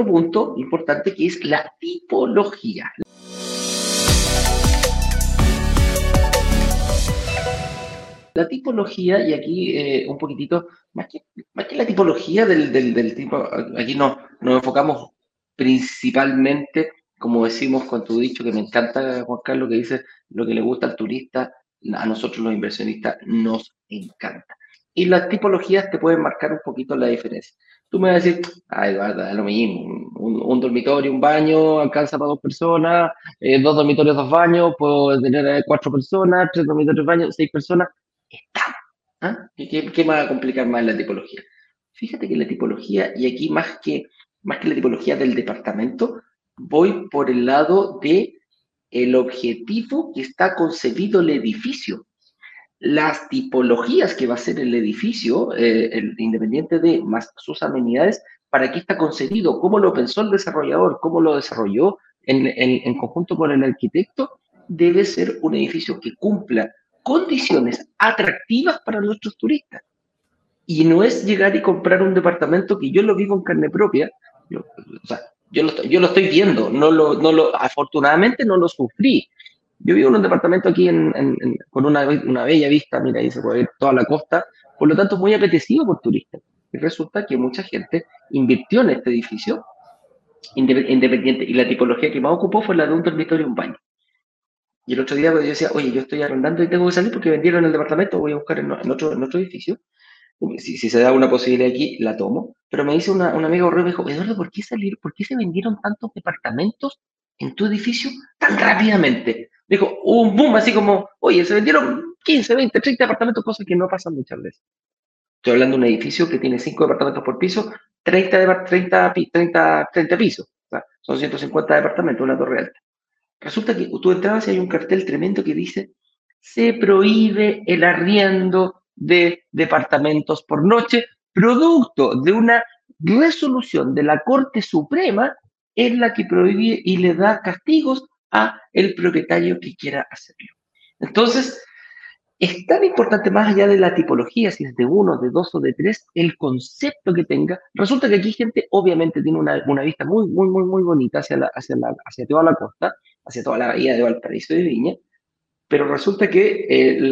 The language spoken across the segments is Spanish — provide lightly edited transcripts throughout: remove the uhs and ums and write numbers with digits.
otro punto importante que es la tipología. La tipología, y aquí un poquitito, más que la tipología del tipo, aquí nos enfocamos principalmente, como decimos con tu dicho, que me encanta, Juan Carlos, que dice lo que le gusta al turista, a nosotros los inversionistas nos encanta. Y las tipologías te pueden marcar un poquito la diferencia. Tú me vas a decir, ay, Eduardo, es lo mismo, un dormitorio, un baño, alcanza para 2 personas, dos dormitorios, 2 baños, puedo tener 4 personas, 3 dormitorios, baños, 6 personas. Estamos. ¿Ah? ¿Qué me va a complicar más la tipología? Fíjate que la tipología, y aquí más que la tipología del departamento, voy por el lado de el objetivo que está concebido el edificio. Las tipologías que va a ser el edificio, independiente de más sus amenidades, para qué está concebido, cómo lo pensó el desarrollador, cómo lo desarrolló en conjunto con el arquitecto, debe ser un edificio que cumpla condiciones atractivas para nuestros turistas. Y no es llegar y comprar un departamento que yo lo vivo en carne propia. O sea, yo lo estoy viendo, afortunadamente no lo sufrí. Yo vivo en un departamento aquí con una bella vista, mira, ahí se puede ver toda la costa, por lo tanto es muy apetecido por turistas. Y resulta que mucha gente invirtió en este edificio independiente, y la tipología que más ocupó fue la de un dormitorio y un baño. Y el otro día pues, yo decía, oye, yo estoy arrendando y tengo que salir porque vendieron el departamento, voy a buscar en otro edificio. Si se da una posibilidad aquí, la tomo. Pero me dice una amiga horrible, me dijo, Eduardo, ¿por qué se vendieron tantos departamentos en tu edificio tan rápidamente? Me dijo, un boom, así como, oye, se vendieron 15, 20, 30 departamentos, cosas que no pasan muchas veces. Estoy hablando de un edificio que tiene 5 departamentos por piso, 30 pisos. O sea, son 150 departamentos, una torre alta. Resulta que tú entrabas y hay un cartel tremendo que dice, se prohíbe el arriendo de departamentos por noche, producto de una resolución de la Corte Suprema en la que prohíbe y le da castigos a el propietario que quiera hacerlo. Entonces, es tan importante más allá de la tipología, si es de uno, de dos o de tres, el concepto que tenga. Resulta que aquí gente obviamente tiene una vista muy, muy, muy, muy bonita hacia toda la costa, hacia toda la bahía de Valparaíso y de Viña, pero resulta que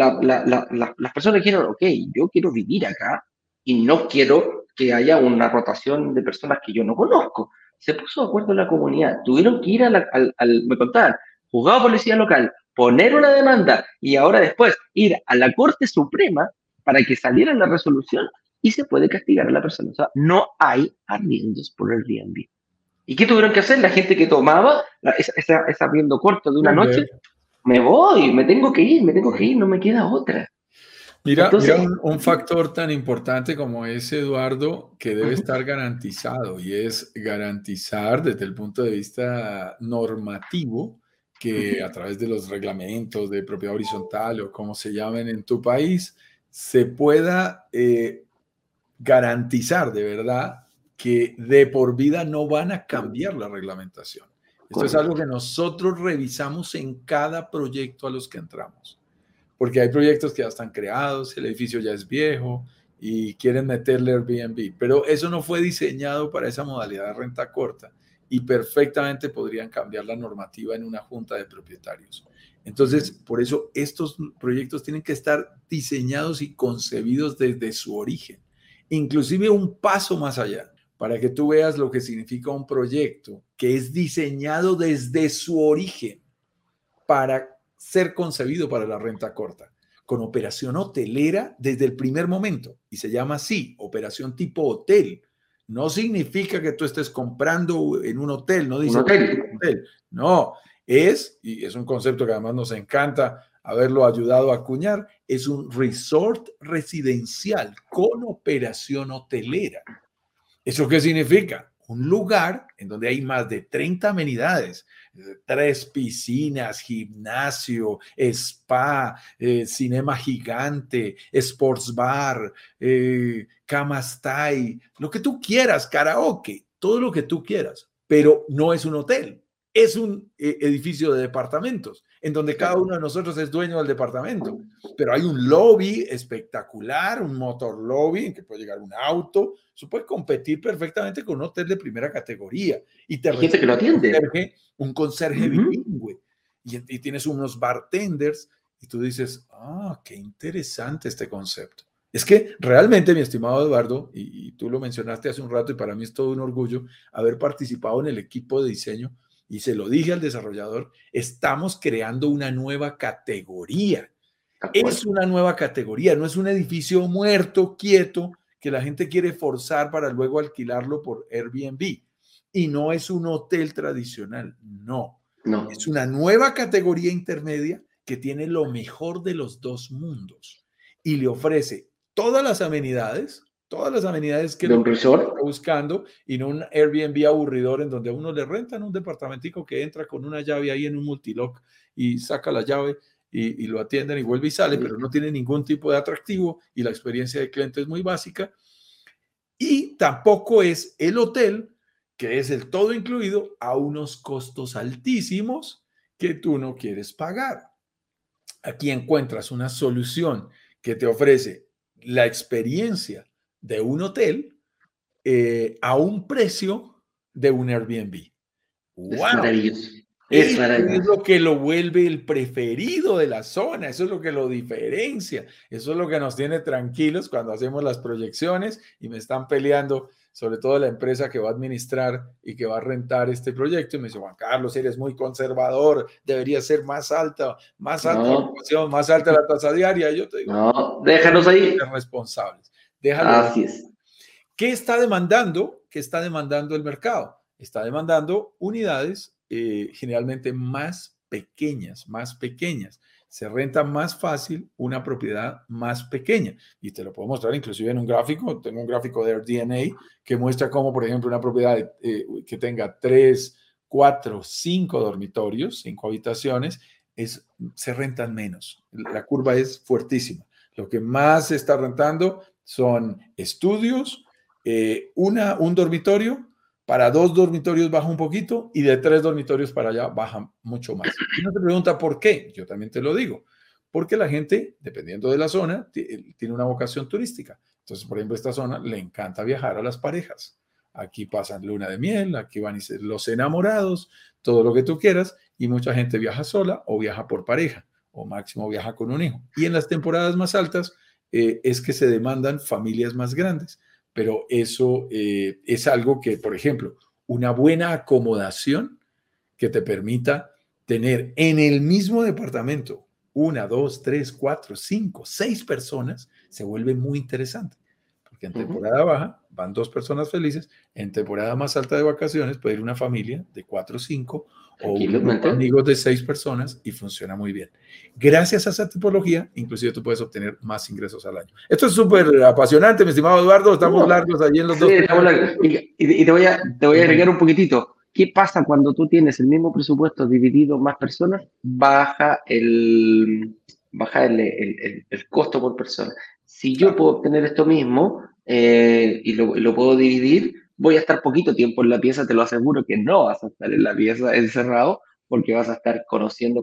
las personas quieren, ok, yo quiero vivir acá y no quiero que haya una rotación de personas que yo no conozco. Se puso de acuerdo la comunidad, tuvieron que ir me contaban, juzgado de policía local, poner una demanda y ahora después ir a la Corte Suprema para que saliera la resolución y se puede castigar a la persona. O sea, no hay arriendos por Airbnb. ¿Y qué tuvieron que hacer? La gente que tomaba ese arriendo corto de una noche, Vender. me voy, me tengo que ir, no me queda otra. Mira Entonces, un factor tan importante como ese, Eduardo, que debe uh-huh, estar garantizado y es garantizar desde el punto de vista normativo que a uh-huh, través de los reglamentos de propiedad horizontal o como se llamen en tu país, se pueda garantizar de verdad que de por vida no van a cambiar la reglamentación. Esto es algo correcto. que nosotros revisamos en cada proyecto a los que entramos, porque hay proyectos que ya están creados, el edificio ya es viejo y quieren meterle Airbnb, pero eso no fue diseñado para esa modalidad de renta corta y perfectamente podrían cambiar la normativa en una junta de propietarios. Entonces, Uh-huh. por eso estos proyectos tienen que estar diseñados y concebidos desde su origen, inclusive un paso más allá, para que tú veas lo que significa un proyecto que es diseñado desde su origen para ser concebido para la renta corta, con operación hotelera desde el primer momento. Y se llama así, operación tipo hotel. No significa que tú estés comprando en un hotel, no Un dice hotel. hotel. No, y es un concepto que además nos encanta haberlo ayudado a acuñar, es un resort residencial con operación hotelera. ¿Eso qué significa? Un lugar en donde hay más de 30 amenidades, 3 piscinas, gimnasio, spa, cinema gigante, sports bar, camas thai, lo que tú quieras, karaoke, todo lo que tú quieras, pero no es un hotel, es un edificio de departamentos, en donde cada uno de nosotros es dueño del departamento, pero hay un lobby espectacular, un motor lobby en que puede llegar un auto, eso puede competir perfectamente con un hotel de primera categoría, y te Hay gente que lo atiende. un conserje bilingüe, y tienes unos bartenders, y tú dices, qué interesante este concepto. Es que realmente, mi estimado Eduardo, y tú lo mencionaste hace un rato, y para mí es todo un orgullo haber participado en el equipo de diseño, y se lo dije al desarrollador, estamos creando una nueva categoría. Es una nueva categoría, no es un edificio muerto, quieto, que la gente quiere forzar para luego alquilarlo por Airbnb. Y no es un hotel tradicional, no. No. Es una nueva categoría intermedia que tiene lo mejor de los dos mundos y le ofrece todas las amenidades que ¿De un resort? está buscando, y no un Airbnb aburridor en donde a uno le rentan un departamentico que entra con una llave ahí en un multilock y saca la llave y lo atienden y vuelve y sale, pero no tiene ningún tipo de atractivo y la experiencia de cliente es muy básica. Y tampoco es el hotel, que es el todo incluido, a unos costos altísimos que tú no quieres pagar. Aquí encuentras una solución que te ofrece la experiencia de un hotel a un precio de un Airbnb. Es ¡Wow! maravilloso. Es Eso es maravilloso. lo que lo vuelve el preferido de la zona, eso es lo que lo diferencia, eso es lo que nos tiene tranquilos cuando hacemos las proyecciones y me están peleando, sobre todo la empresa que va a administrar y que va a rentar este proyecto, y me dice, Juan Carlos, eres muy conservador, debería ser más alta la ocupación, más alta la tasa diaria. Yo te digo, no, déjanos ahí. ser responsables, déjalo. Así es. ¿Qué está demandando? ¿Qué está demandando el mercado? Está demandando unidades generalmente más pequeñas, más pequeñas. Se renta más fácil una propiedad más pequeña. Y te lo puedo mostrar inclusive en un gráfico. Tengo un gráfico de AirDNA que muestra cómo, por ejemplo, una propiedad que tenga 3, 4, 5 dormitorios, 5 habitaciones, se rentan menos. La curva es fuertísima. Lo que más se está rentando son estudios, un dormitorio, para 2 dormitorios baja un poquito y de 3 dormitorios para allá baja mucho más. Y uno se pregunta por qué, yo también te lo digo, porque la gente, dependiendo de la zona, tiene una vocación turística. Entonces, por ejemplo, esta zona le encanta viajar a las parejas. Aquí pasan luna de miel, aquí van los enamorados, todo lo que tú quieras, y mucha gente viaja sola o viaja por pareja, o máximo viaja con un hijo. Y en las temporadas más altas es que se demandan familias más grandes, pero eso es algo que, por ejemplo, una buena acomodación que te permita tener en el mismo departamento 1, 2, 3, 4, 5, 6 personas, se vuelve muy interesante. Porque en temporada baja van 2 personas felices, en temporada más alta de vacaciones puede ir una familia de 4 o 5 o un grupo de amigos de 6 personas y funciona muy bien. Gracias a esa tipología, inclusive tú puedes obtener más ingresos al año. Esto es súper apasionante, mi estimado Eduardo. Estamos largos allí en los dos. Y te voy a agregar un poquitito. ¿Qué pasa cuando tú tienes el mismo presupuesto dividido más personas? Baja el costo por persona. Si yo puedo obtener esto mismo y lo puedo dividir, voy a estar poquito tiempo en la pieza, te lo aseguro que no vas a estar en la pieza encerrado, porque vas a estar conociendo.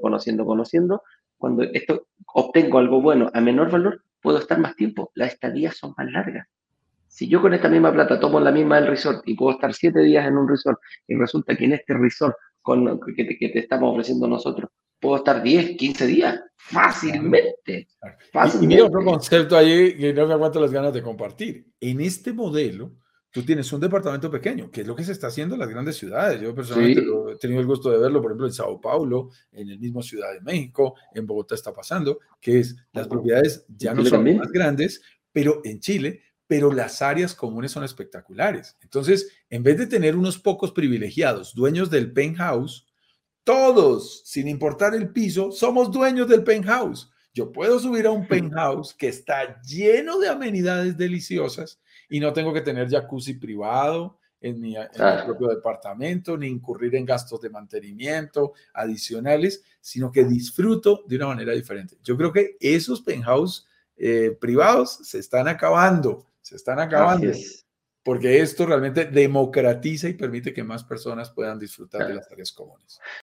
Cuando esto obtengo algo bueno a menor valor, puedo estar más tiempo. Las estadías son más largas. Si yo con esta misma plata tomo la misma del resort y puedo estar 7 días en un resort y resulta que en este resort que te estamos ofreciendo nosotros, puedo estar 10, 15 días fácilmente. Y mira otro concepto ahí que no me aguanto las ganas de compartir. En este modelo, tú tienes un departamento pequeño, que es lo que se está haciendo en las grandes ciudades. Yo personalmente he tenido el gusto de verlo, por ejemplo, en Sao Paulo, en el mismo Ciudad de México, en Bogotá está pasando, que es las propiedades ya no son más grandes, pero en Chile, pero las áreas comunes son espectaculares. Entonces, en vez de tener unos pocos privilegiados, dueños del penthouse, todos, sin importar el piso, somos dueños del penthouse. Yo puedo subir a un penthouse que está lleno de amenidades deliciosas y no tengo que tener jacuzzi privado en mi propio departamento, ni incurrir en gastos de mantenimiento adicionales, sino que disfruto de una manera diferente. Yo creo que esos penthouse privados se están acabando. porque esto realmente democratiza y permite que más personas puedan disfrutar de las áreas comunes.